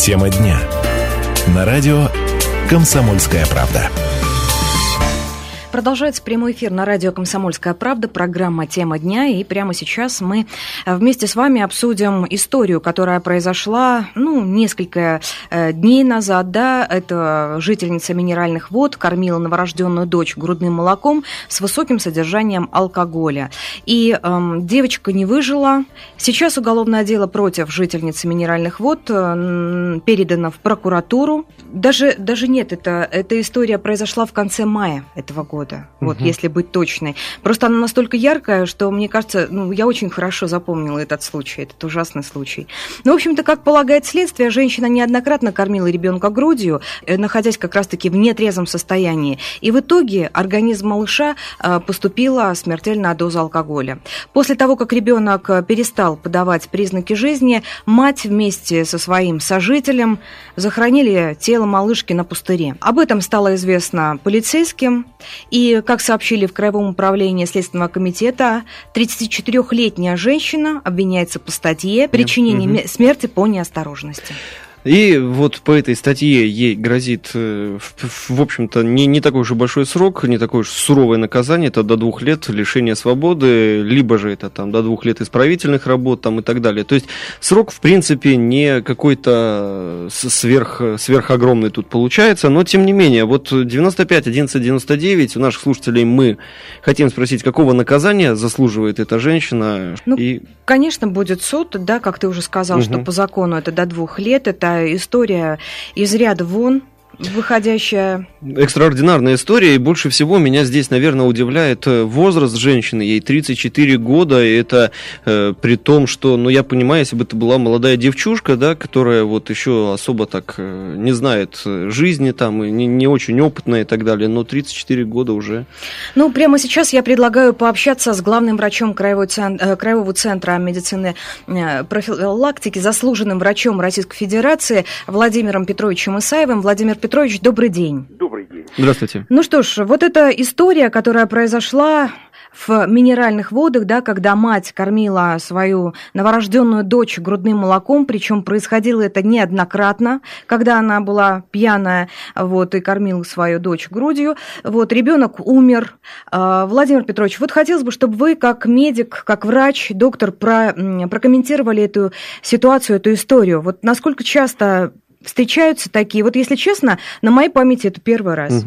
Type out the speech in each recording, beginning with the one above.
Тема дня. На радио «Комсомольская правда». Продолжается прямой эфир на радио «Комсомольская правда», программа «Тема дня». И прямо сейчас мы вместе с вами обсудим историю, которая произошла, несколько дней назад. Да, это жительница Минеральных Вод кормила новорожденную дочь грудным молоком с высоким содержанием алкоголя. И девочка не выжила. Сейчас уголовное дело против жительницы Минеральных Вод передано в прокуратуру. Даже нет, эта история произошла в конце мая этого года. Вот, если быть точной. Просто она настолько яркая, что, мне кажется, я очень хорошо запомнила этот случай, этот ужасный случай. В общем-то, как полагает следствие, женщина неоднократно кормила ребенка грудью, находясь как раз-таки в нетрезвом состоянии. И в итоге организм малыша поступила смертельная доза алкоголя. После того, как ребенок перестал подавать признаки жизни, мать вместе со своим сожителем захоронили тело малышки на пустыре. Об этом стало известно полицейским. И, как сообщили в Краевом управлении Следственного комитета, 34-летняя женщина обвиняется по статье «Причинение смерти по неосторожности». И вот по этой статье ей грозит, в общем-то, не такой уж и большой срок, не такое уж суровое наказание, это до 2 лет лишения свободы, либо же это до 2 лет исправительных работ и так далее. То есть срок, в принципе, не какой-то сверхогромный тут получается, но тем не менее, вот 95 11 99 у наших слушателей мы хотим спросить, какого наказания заслуживает эта женщина? Конечно, будет суд, да, как ты уже сказал, что по закону это до 2 лет, это история из ряда вон выходящая. Экстраординарная история, и больше всего меня здесь, наверное, удивляет возраст женщины. Ей 34 года, и это при том, что, я понимаю, если бы это была молодая девчушка, да, которая вот еще особо так не знает жизни и не очень опытная и так далее, но 34 года уже. Прямо сейчас я предлагаю пообщаться с главным врачом Краевого центра медицины профилактики, заслуженным врачом Российской Федерации Владимиром Петровичем Исаевым. Владимир Петрович, добрый день. Добрый день. Здравствуйте. Что ж, вот эта история, которая произошла в Минеральных Водах, да, когда мать кормила свою новорожденную дочь грудным молоком, причем происходило это неоднократно, когда она была пьяная, и кормила свою дочь грудью. Ребенок умер. Владимир Петрович, хотелось бы, чтобы вы, как медик, как врач, доктор, прокомментировали эту ситуацию, эту историю. Насколько часто встречаются такие? Если честно, на моей памяти это первый раз.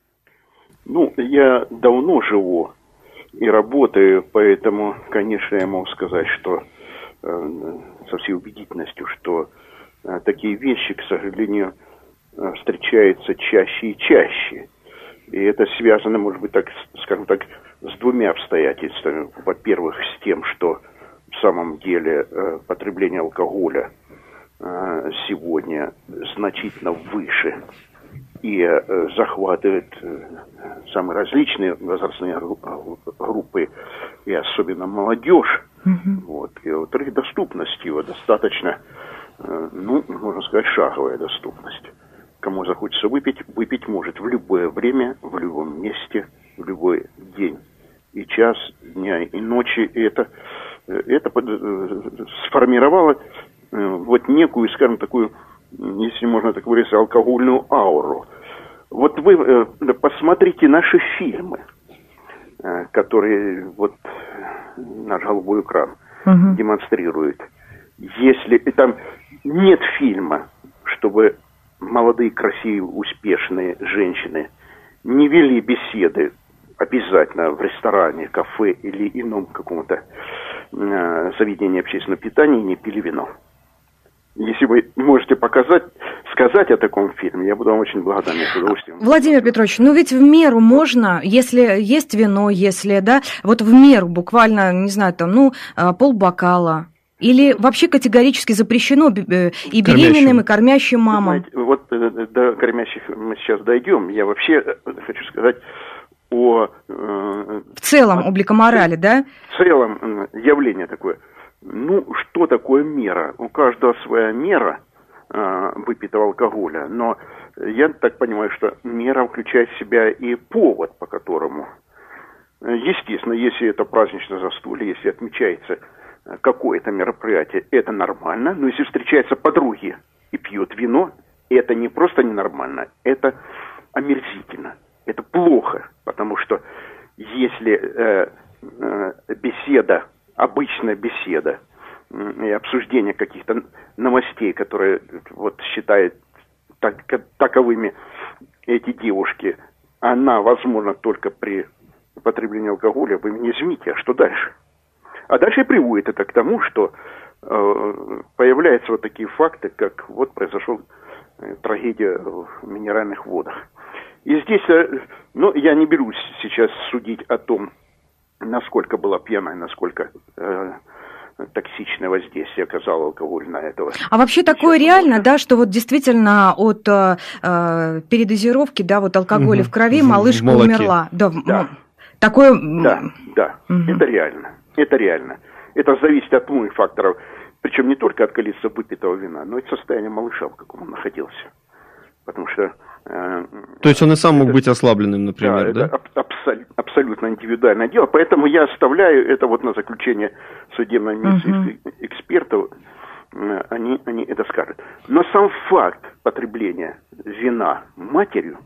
Я давно живу и работаю, поэтому, конечно, я могу сказать, что со всей убедительностью, что такие вещи, к сожалению, встречаются чаще и чаще. И это связано, может быть, скажем так, с 2 обстоятельствами. Во-первых, с тем, что в самом деле потребление алкоголя сегодня значительно выше и захватывает самые различные возрастные группы, и особенно молодежь. И во-вторых, доступность его достаточно, можно сказать, шаговая доступность. Кому захочется выпить может в любое время, в любом месте, в любой день и час, дня и ночи. И это сформировало некую, скажем, такую, если можно так выразиться, алкогольную ауру. Вы посмотрите наши фильмы, которые наш голубой экран демонстрирует. Если там нет фильма, чтобы молодые, красивые, успешные женщины не вели беседы обязательно в ресторане, кафе или ином каком-то заведении общественного питания и не пили вино. Если вы можете сказать о таком фильме, я буду вам очень благодарен, с удовольствием. Владимир Петрович, ведь в меру можно, если есть вино, в меру буквально, не знаю, полбокала. Или вообще категорически запрещено и беременным, и кормящим мамам? Знаете, до кормящих мы сейчас дойдем. Я вообще хочу сказать о... В целом, облико-морали, да? В целом явление такое. Что такое мера? У каждого своя мера выпитого алкоголя. Но я так понимаю, что мера включает в себя и повод, по которому. Естественно, если это праздничное застолье, если отмечается какое-то мероприятие, это нормально. Но если встречаются подруги и пьет вино, это не просто ненормально, это омерзительно, это плохо, потому что если беседа, обычная беседа и обсуждение каких-то новостей, которые вот считают таковыми эти девушки, она возможна только при употреблении алкоголя, вы меня извините, а что дальше? А дальше приводит это к тому, что появляются вот такие факты, как вот произошла трагедия в минеральных водах. И здесь, я не берусь сейчас судить о том, насколько была пьяна, насколько токсичное воздействие оказал алкоголь на этого. А вообще такое реально, да, что вот действительно от передозировки, да, вот алкоголя в крови малышка умерла? Да. Такое... Да. Это реально. Это зависит от многих факторов, причем не только от количества выпитого вина, но и от состояния малыша, в каком он находился. Потому что... То есть он и сам мог быть ослабленным, например, да? Это абсолютно индивидуальное дело, поэтому я оставляю это вот на заключение судебно-медицинских экспертов, они это скажут. Но сам факт потребления вина матерью,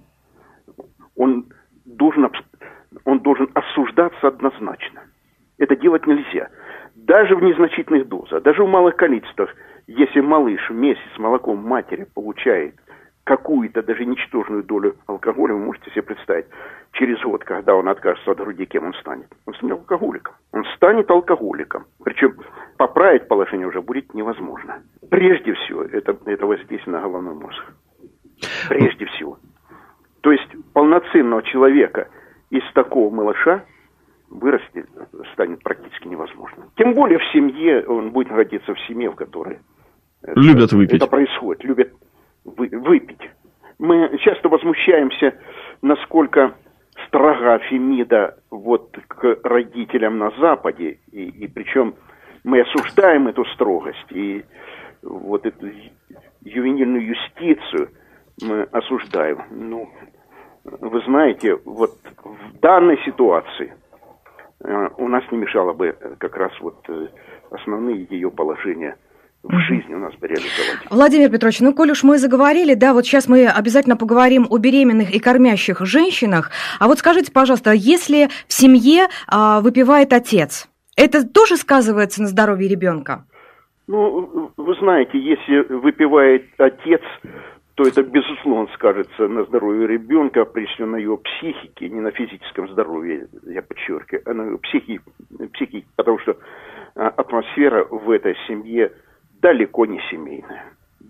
он должен осуждаться однозначно. Это делать нельзя. Даже в незначительных дозах, даже в малых количествах, если малыш вместе с молоком матери получает какую-то даже ничтожную долю алкоголя, вы можете себе представить, через год, когда он откажется от груди, кем он станет? Он станет алкоголиком. Он станет алкоголиком. Причем поправить положение уже будет невозможно. Прежде всего, это воздействие на головной мозг. Прежде всего. То есть полноценного человека из такого малыша вырасти станет практически невозможно. Тем более в семье, он будет находиться в семье, в которой любят выпить. Это происходит, любят выпить. Мы часто возмущаемся, насколько строга Фемида вот к родителям на Западе, и причем мы осуждаем эту строгость, и вот эту ювенильную юстицию мы осуждаем. Ну, вы знаете, вот в данной ситуации у нас не мешало бы как раз вот основные ее положения в жизни у нас бы реализовать. Владимир Петрович, ну, коль уж мы заговорили, да, вот сейчас мы обязательно поговорим о беременных и кормящих женщинах. А вот скажите, пожалуйста, если в семье выпивает отец, это тоже сказывается на здоровье ребенка? Ну, вы знаете, если выпивает отец, то это, безусловно, скажется на здоровье ребенка, прежде всего на его психике, не на физическом здоровье, я подчеркиваю, а на его психике, потому что атмосфера в этой семье далеко не семейная.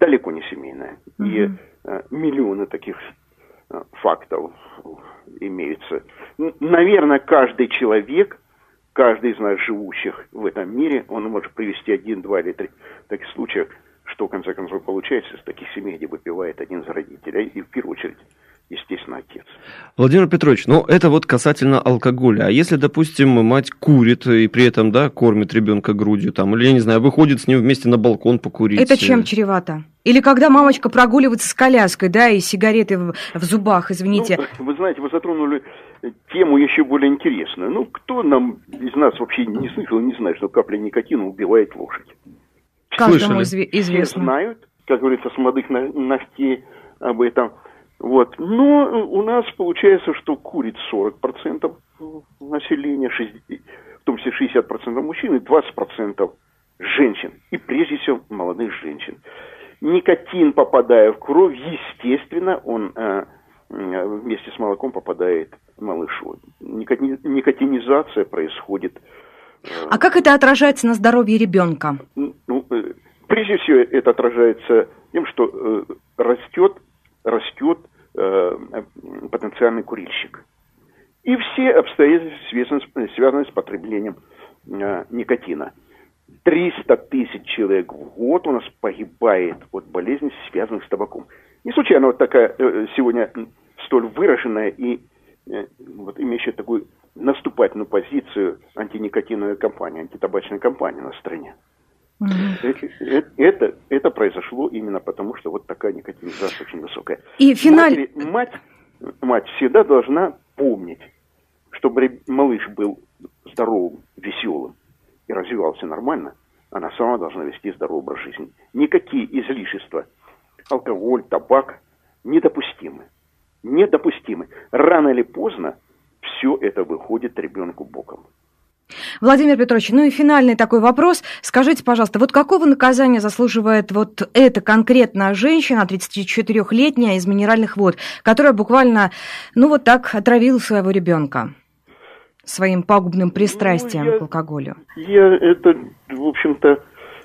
И миллионы таких фактов имеются. Наверное, каждый человек, каждый из нас, живущих в этом мире, он может привести 1, 2 или 3 таких случаев, что, в конце концов, получается из таких семей, где выпивает один из родителей, и в первую очередь, естественно, отец. Владимир Петрович, ну это вот касательно алкоголя. А если, допустим, мать курит и при этом, да, кормит ребенка грудью, там, или, я не знаю, выходит с ним вместе на балкон покурить? Это чем чревато? Или когда мамочка прогуливается с коляской, да, и сигареты в зубах, извините. Ну, вы знаете, вы затронули тему еще более интересную. Ну, кто нам из нас вообще не слышал, не знает, что капля никотина убивает лошадь? Каждому известно. Все знают, как говорится, с молодых ногтей об этом. Вот. Но у нас получается, что курит 40% населения, в том числе 60% мужчин и 20% женщин. И прежде всего молодых женщин. Никотин, попадая в кровь, естественно, он вместе с молоком попадает малышу. Никотинизация происходит. А как это отражается на здоровье ребенка? Ну, прежде всего, это отражается тем, что растет потенциальный курильщик. И все обстоятельства связаны с потреблением никотина. 300 тысяч человек в год у нас погибает от болезней, связанных с табаком. Не случайно вот такая сегодня столь выраженная и вот имеющая такую наступательную позицию антиникотиновая кампания, антитабачная кампания на стране. Это произошло именно потому, что вот такая никотинизация очень высокая. И мать всегда должна помнить, чтобы малыш был здоровым, веселым и развивался нормально, она сама должна вести здоровый образ жизни. Никакие излишества алкоголь, табак недопустимы. Недопустимы. Рано или поздно все это выходит ребенку боком. Владимир Петрович, ну и финальный такой вопрос. Скажите, пожалуйста, вот какого наказания заслуживает вот эта конкретная женщина, 34-летняя, из Минеральных Вод, которая буквально, ну вот так отравила своего ребенка своим пагубным пристрастием к алкоголю? Я это, в общем-то,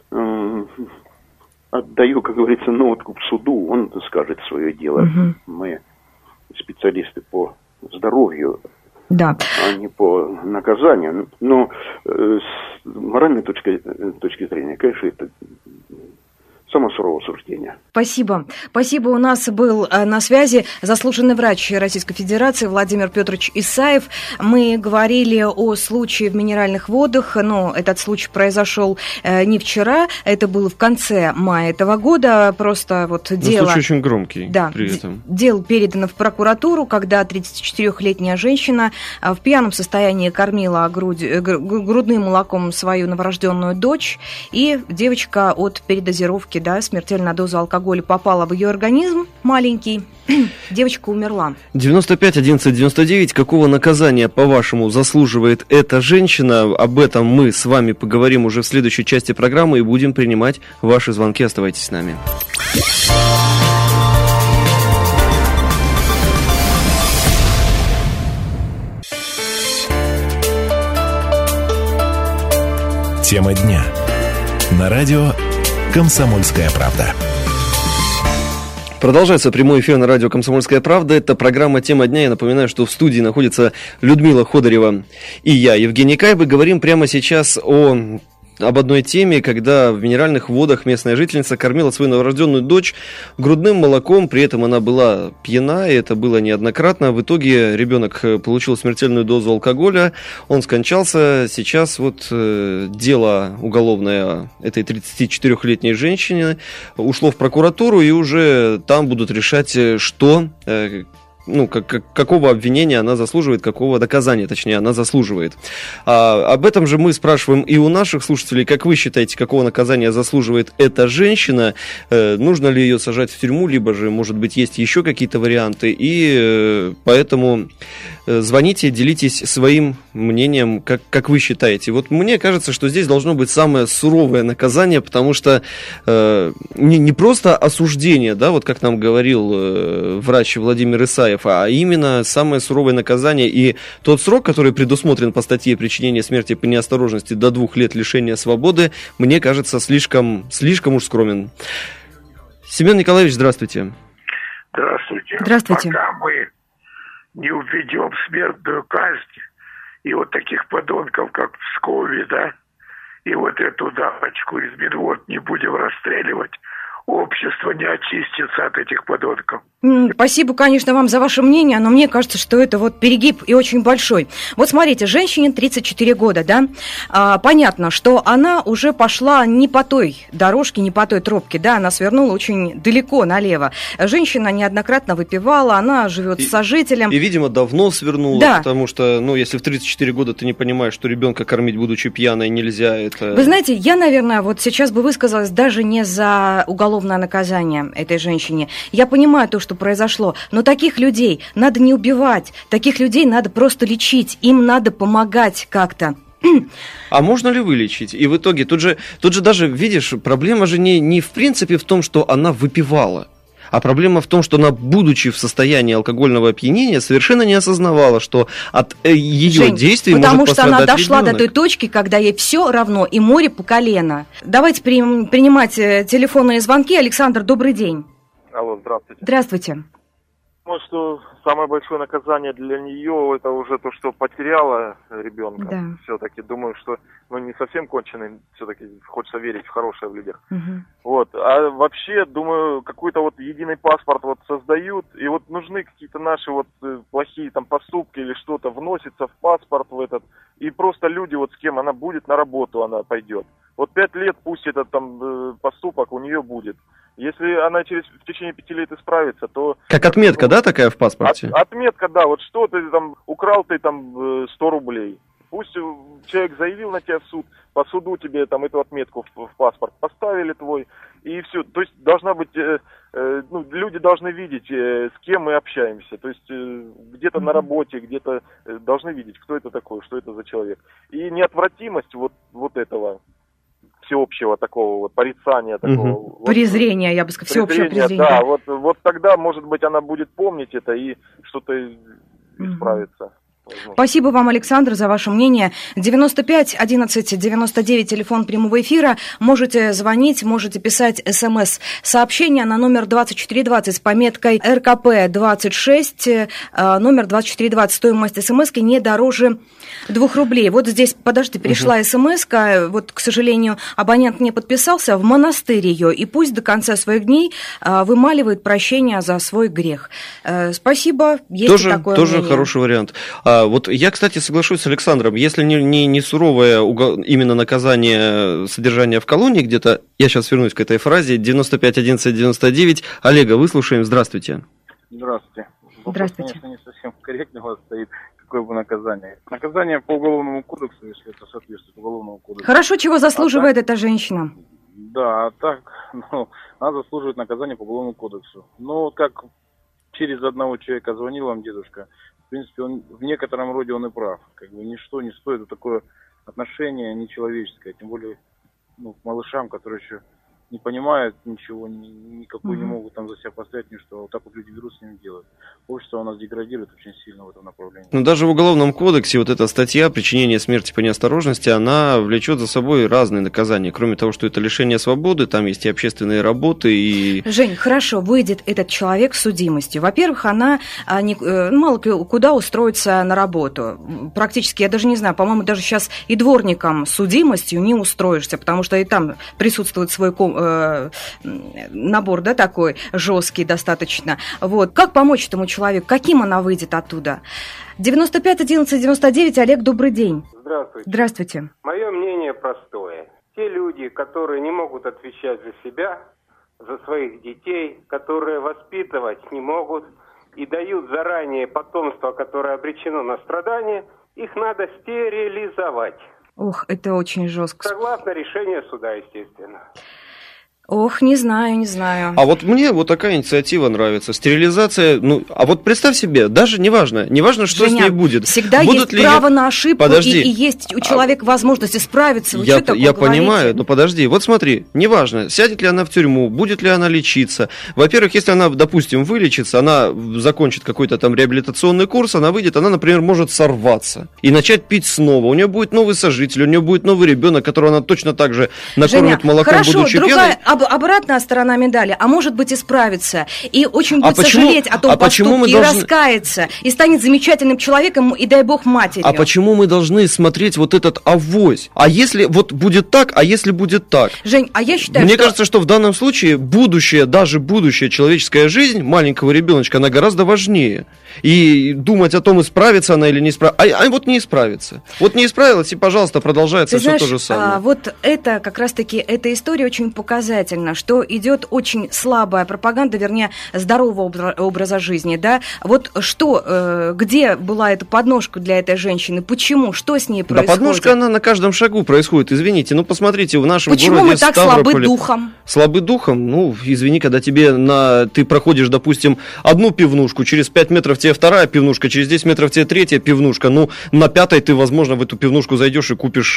отдаю, как говорится, нотку в суду, он скажет свое дело. Мы специалисты по здоровью, да, а не по наказанию. Но с моральной точки зрения, конечно, это само суровое суждение. Спасибо. Спасибо. У нас был на связи заслуженный врач Российской Федерации Владимир Петрович Исаев. Мы говорили о случае в Минеральных Водах, но этот случай произошел не вчера, это было в конце мая этого года. Просто вот дело... Случай очень громкий, да, при этом. Дело передано в прокуратуру, когда 34-летняя женщина в пьяном состоянии кормила грудным молоком свою новорожденную дочь, и девочка от передозировки, да, смертельная доза алкоголя попала в ее организм маленький, девочка умерла. 95 11 99. Какого наказания, по-вашему, заслуживает эта женщина? Об этом мы с вами поговорим уже в следующей части программы и будем принимать ваши звонки. Оставайтесь с нами. Тема дня. На радио «Комсомольская правда». Продолжается прямой эфир на радио «Комсомольская правда». Это программа «Тема дня». Я напоминаю, что в студии находится Людмила Ходорева и я, Евгений Кайбы. Говорим прямо сейчас об одной теме, когда в Минеральных Водах местная жительница кормила свою новорожденную дочь грудным молоком, при этом она была пьяна, и это было неоднократно. В итоге ребенок получил смертельную дозу алкоголя, он скончался. Сейчас вот дело уголовное этой 34-летней женщины ушло в прокуратуру, и уже там будут решать, что... какого обвинения она заслуживает, какого доказания, точнее, она заслуживает. Об этом же мы спрашиваем и у наших слушателей. Как вы считаете, какого наказания заслуживает эта женщина? Нужно ли ее сажать в тюрьму, либо же, может быть, есть еще какие-то варианты? И поэтому звоните, делитесь своим мнением, как вы считаете. Вот мне кажется, что здесь должно быть самое суровое наказание, потому что не просто осуждение, да, вот как нам говорил врач Владимир Исаев, а именно самое суровое наказание. И тот срок, который предусмотрен по статье причинения смерти по неосторожности до 2 лет лишения свободы, мне кажется, слишком уж скромен. Семен Николаевич, здравствуйте. Здравствуйте. Здравствуйте. Пока мы не уведем смертную казнь, и вот таких подонков, как в Пскове, да, и вот эту дамочку из Минвод не будем расстреливать, общество не очистится от этих подонков. Спасибо, конечно, вам за ваше мнение, но мне кажется, что это вот перегиб и очень большой. Вот смотрите, женщине 34 года, да, понятно, что она уже пошла не по той дорожке, не по той тропке, да, она свернула очень далеко налево. Женщина неоднократно выпивала, она живет с сожителем. И, видимо, давно свернула, да. Потому что, если в 34 года ты не понимаешь, что ребенка кормить, будучи пьяной, нельзя, это... Вы знаете, я, наверное, вот сейчас бы высказалась даже не за уголовное наказание этой женщине. Я понимаю то, что произошло, но таких людей надо не убивать, таких людей надо просто лечить, им надо помогать как-то. А можно ли вылечить? И в итоге, тут же даже, видишь, проблема же не в принципе в том, что она выпивала, а проблема в том, что она, будучи в состоянии алкогольного опьянения, совершенно не осознавала, что от ее действий может пострадать ребенок. Потому что она дошла до той точки, когда ей все равно и море по колено. Давайте принимать телефонные звонки. Александр, добрый день. Алло, здравствуйте. Здравствуйте. Думаю, что самое большое наказание для нее это уже то, что потеряла ребенка. Да. Все-таки думаю, что не совсем конченый, все-таки хочется верить в хорошее в людях. Угу. Вот. А вообще, думаю, какой-то вот единый паспорт вот создают, и вот нужны какие-то наши вот плохие там поступки или что-то вносится в паспорт в этот, и просто люди вот с кем она будет на работу, она пойдет. Вот 5 лет пусть этот там поступок у нее будет. Если она в течение 5 лет исправится, то... Как отметка, да, такая в паспорте? Отметка, да, вот что ты там, украл ты там 100 рублей. Пусть человек заявил на тебя в суд, по суду тебе там эту отметку в паспорт поставили твой, и все. То есть должна быть люди должны видеть, с кем мы общаемся. То есть где-то на работе, где-то должны видеть, кто это такой, что это за человек. И неотвратимость вот этого всеобщего такого вот порицания, такого презрения, я бы сказала, всеобщего презрения. Да, вот тогда, может быть, она будет помнить это и что-то исправится. Спасибо вам, Александр, за ваше мнение. 95 11 99, телефон прямого эфира. Можете звонить, можете писать СМС-сообщение на номер 2420 с пометкой РКП-26. Номер 2420. Стоимость СМС-ки не дороже 2 рублей. Вот здесь, подожди, пришла СМС-ка. Вот, к сожалению, абонент не подписался. В монастырь ее. И пусть до конца своих дней вымаливает прощение за свой грех. Спасибо. Есть такое тоже мнение. Хороший вариант. Вот я, кстати, соглашусь с Александром, если не суровое именно наказание содержания в колонии где-то, я сейчас вернусь к этой фразе, 95 11 99, Олега, выслушаем, здравствуйте. Здравствуйте. Здравствуйте. Вопрос, конечно, не совсем корректно у вас стоит, какое бы наказание. Наказание по Уголовному кодексу, если это соответствует Уголовному кодексу. Хорошо, чего заслуживает эта женщина? Да, так, она заслуживает наказание по Уголовному кодексу. Но как через одного человека звонил вам дедушка, в принципе, он в некотором роде он и прав. Как бы ничто не стоит, это такое отношение нечеловеческое, тем более к малышам, которые еще не понимают ничего, никакой не могут там за себя постоять, ничто. Вот так вот люди берут с ними делают. Общество у нас деградирует очень сильно в этом направлении. Но даже в Уголовном кодексе вот эта статья «Причинение смерти по неосторожности», она влечет за собой разные наказания. Кроме того, что это лишение свободы, там есть и общественные работы, и... Жень, хорошо, выйдет этот человек с судимостью. Во-первых, она мало куда устроится на работу. Практически, я даже не знаю, по-моему, даже сейчас и дворником с судимостью не устроишься, потому что и там присутствует свой набор, да, такой жесткий достаточно. Вот. Как помочь этому человеку? Каким она выйдет оттуда? 95 11 99, Олег, добрый день. Здравствуйте. Здравствуйте. Мое мнение простое. Те люди, которые не могут отвечать за себя, за своих детей, которые воспитывать не могут и дают заранее потомство, которое обречено на страдания, их надо стерилизовать. Ох, это очень жестко. Согласно решению суда, естественно. Ох, не знаю. А вот мне вот такая инициатива нравится. Стерилизация, а вот представь себе, даже неважно, что Женя, с ней будет. Всегда есть право на ошибку, и есть у человека возможность исправиться. Я понимаю, но подожди, вот смотри, неважно, сядет ли она в тюрьму, будет ли она лечиться. Во-первых, если она, допустим, вылечится, она закончит какой-то там реабилитационный курс, она выйдет, она, например, может сорваться и начать пить снова. У нее будет новый сожитель, у нее будет новый ребенок, которого она точно так же накормит молоком, будучи пьяной. Обратная сторона медали, а может быть исправиться, и очень будет сожалеть о том поступке, и раскаяться, и станет замечательным человеком, и дай бог матерью. А почему мы должны смотреть вот этот авось? А если вот будет так, а если будет так? Жень, а я считаю, Мне кажется, что в данном случае даже будущая человеческая жизнь маленького ребеночка, она гораздо важнее. И думать о том, исправится она или не исправится. А вот не исправится. Вот не исправилась, и, пожалуйста, продолжается все то же самое. Вот это как раз-таки, эта история очень показательна, что идет очень слабая пропаганда, вернее, здорового образа жизни, да? Вот что, где была эта подножка для этой женщины? Почему? Что с ней происходит? Да подножка, она на каждом шагу происходит, извините. Посмотрите, в нашем городе Ставрополе... Почему мы так слабы духом? Слабы духом? Извини, когда ты проходишь, допустим, одну пивнушку, через 5 метров тебе вторая пивнушка, через 10 метров тебе третья пивнушка, на пятой ты, возможно, в эту пивнушку зайдешь и купишь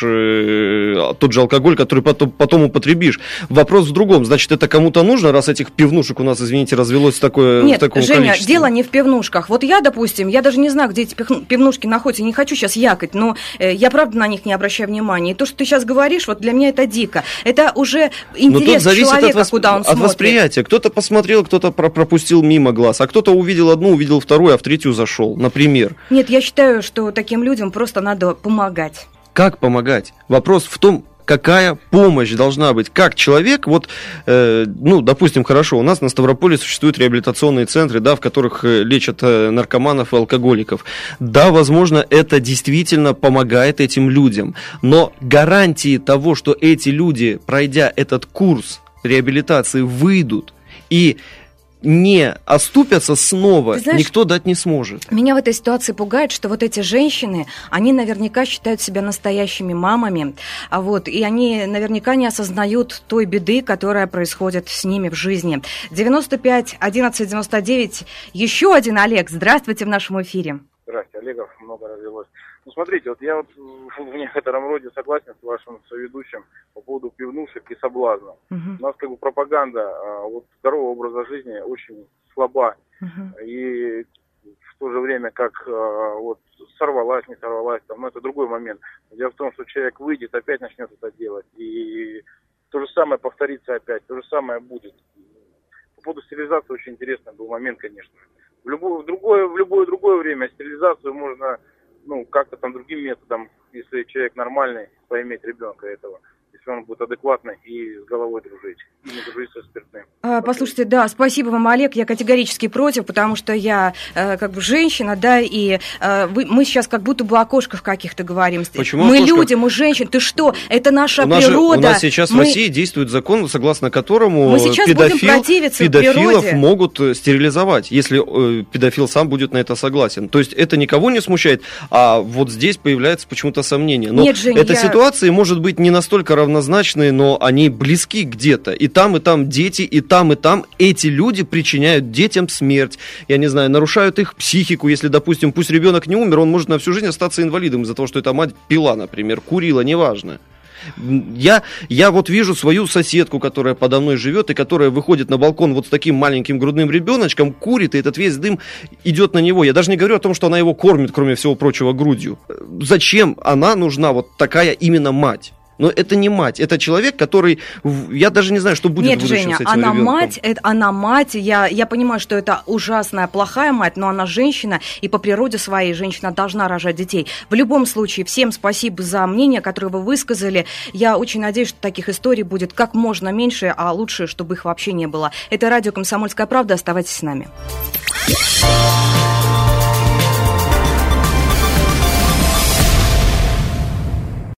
тот же алкоголь, который потом употребишь. Вопрос в другом. Значит, это кому-то нужно, раз этих пивнушек у нас, извините, развелось в таком количестве? Нет, Женя, дело не в пивнушках. Вот я, допустим, я даже не знаю, где эти пивнушки находятся, не хочу сейчас якать, но я правда на них не обращаю внимания. И то, что ты сейчас говоришь, вот для меня это дико. Это уже интерес человека, куда он смотрит. От восприятия. Кто-то посмотрел, кто-то пропустил мимо глаз, а кто-то увидел одну, увидел вторую, а в третью зашел, например. Нет, я считаю, что таким людям просто надо помогать. Как помогать? Вопрос в том, какая помощь должна быть. Как человек, допустим, хорошо, у нас на Ставрополе существуют реабилитационные центры, да, в которых лечат наркоманов и алкоголиков. Да, возможно, это действительно помогает этим людям, но гарантии того, что эти люди, пройдя этот курс реабилитации, выйдут и не оступятся снова, Ты знаешь, никто дать не сможет. Меня в этой ситуации пугает, что вот эти женщины, они наверняка считают себя настоящими мамами, и они наверняка не осознают той беды, которая происходит с ними в жизни. 95 11 99, еще один Олег. Здравствуйте в нашем эфире. Здравствуйте, Олегов, много развелось. Смотрите, я в некотором роде согласен с вашим соведущим по поводу пивнушек и соблазна. У нас пропаганда здорового образа жизни очень слаба. И в то же время, как сорвалась, не сорвалась, это другой момент. Дело в том, что человек выйдет, опять начнет это делать. И то же самое повторится опять, то же самое будет. По поводу стерилизации очень интересный был момент, конечно. В любое другое время стерилизацию можно, как-то другим методом, если человек нормальный, поиметь ребенка этого. Если он будет адекватно и с головой дружить, и не дружить со спиртным. Послушайте, да, спасибо вам, Олег, я категорически против, потому что я женщина, да, и мы сейчас как будто бы о кошках каких-то говорим. Почему мы люди, мы женщины, ты что, это наша У природа. нас сейчас в России действует закон, согласно которому педофилов могут стерилизовать, если педофил сам будет на это согласен. То есть это никого не смущает, а вот здесь появляется почему-то сомнение. Но ситуации может быть не настолько равнозначные, но они близки где-то. И там дети, и там эти люди причиняют детям смерть. Я не знаю, нарушают их психику. Если, допустим, пусть ребенок не умер, он может на всю жизнь остаться инвалидом из-за того, что эта мать пила, например, курила, неважно. Я вижу свою соседку, которая подо мной живет, и которая выходит на балкон с таким маленьким грудным ребеночком, курит, и этот весь дым идет на него. Я даже не говорю о том, что она его кормит, кроме всего прочего, грудью. Зачем она нужна, такая именно мать? Но это не мать, это человек, который... Я даже не знаю, что будет в будущем с этим ребенком. Она мать, я понимаю, что это ужасная, плохая мать, но она женщина, и по природе своей женщина должна рожать детей. В любом случае, всем спасибо за мнение, которое вы высказали. Я очень надеюсь, что таких историй будет как можно меньше, а лучше, чтобы их вообще не было. Это радио «Комсомольская правда». Оставайтесь с нами.